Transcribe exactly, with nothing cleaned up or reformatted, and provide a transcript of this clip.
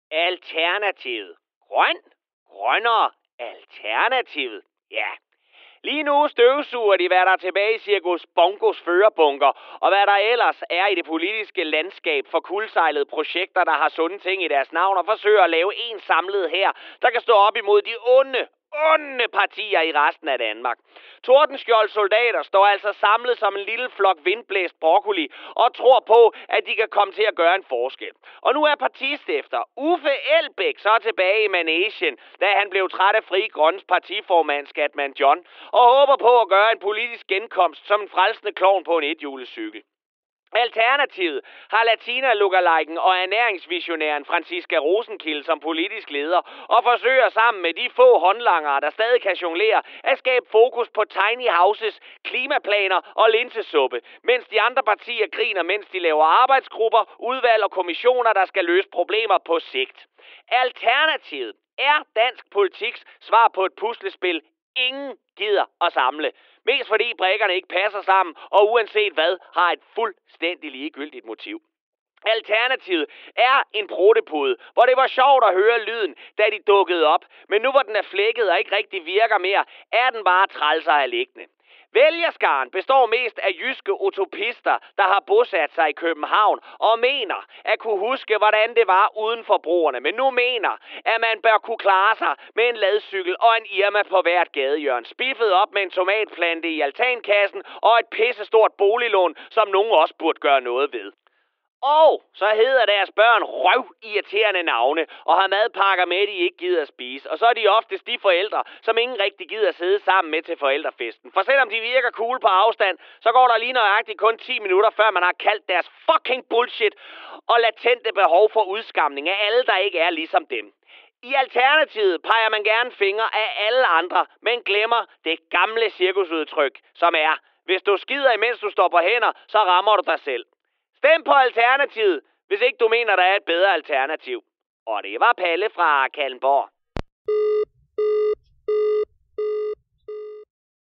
Alternativet. Grøn, grønnere, alternativet. Ja. Lige nu støvsuger de, hvad der er tilbage i Cirkus Bongos førerbunker, og hvad der ellers er i det politiske landskab for kuldsejlede projekter, der har sunde ting i deres navn, og forsøger at lave en samlet her, der kan stå op imod de onde, onde partier i resten af Danmark. Tordenskjold soldater står altså samlet som en lille flok vindblæst broccoli og tror på, at de kan komme til at gøre en forskel. Og nu er partistifter Uffe Elbæk så tilbage i Manesien, da han blev træt af Fri Grønnes partiformand Skatman John, og håber på at gøre en politisk genkomst som en frelsende klovn på en ethjulecykel. Alternativet har latina-lookaliken og ernæringsvisionæren Franziska Rosenkilde som politisk leder og forsøger sammen med de få håndlangere, der stadig kan jonglere, at skabe fokus på tiny houses, klimaplaner og linsesuppe, mens de andre partier griner, mens de laver arbejdsgrupper, udvalg og kommissioner, der skal løse problemer på sigt. Alternativet er dansk politiks svar på et puslespil, ingen gider at samle. Mest fordi brikkerne ikke passer sammen, og uanset hvad, har et fuldstændig ligegyldigt motiv. Alternativet er en prottepude, hvor det var sjovt at høre lyden, da de dukkede op. Men nu hvor den er flækket og ikke rigtig virker mere, er den bare træls at have liggende. Vælgerskaren består mest af jyske utopister, der har bosat sig i København og mener at kunne huske, hvordan det var uden for broerne. Men nu mener, at man bør kunne klare sig med en ladcykel og en Irma på hvert gadehjørne. Spiffet op med en tomatplante i altankassen og et pissestort boliglån, som nogen også burde gøre noget ved. Og så hedder deres børn røvirriterende navne og har madpakker med, de ikke gider at spise. Og så er de oftest de forældre, som ingen rigtig gider at sidde sammen med til forældrefesten. For selvom de virker cool på afstand, så går der lige nøjagtigt kun ti minutter, før man har kaldt deres fucking bullshit og latente behov for udskamning af alle, der ikke er ligesom dem. I alternativet peger man gerne fingre af alle andre, men glemmer det gamle cirkusudtryk, som er: hvis du skider imens du står på hænder, så rammer du dig selv. Stem på Alternativet, hvis ikke du mener, der er et bedre alternativ. Og det var Palle fra Kalmborg.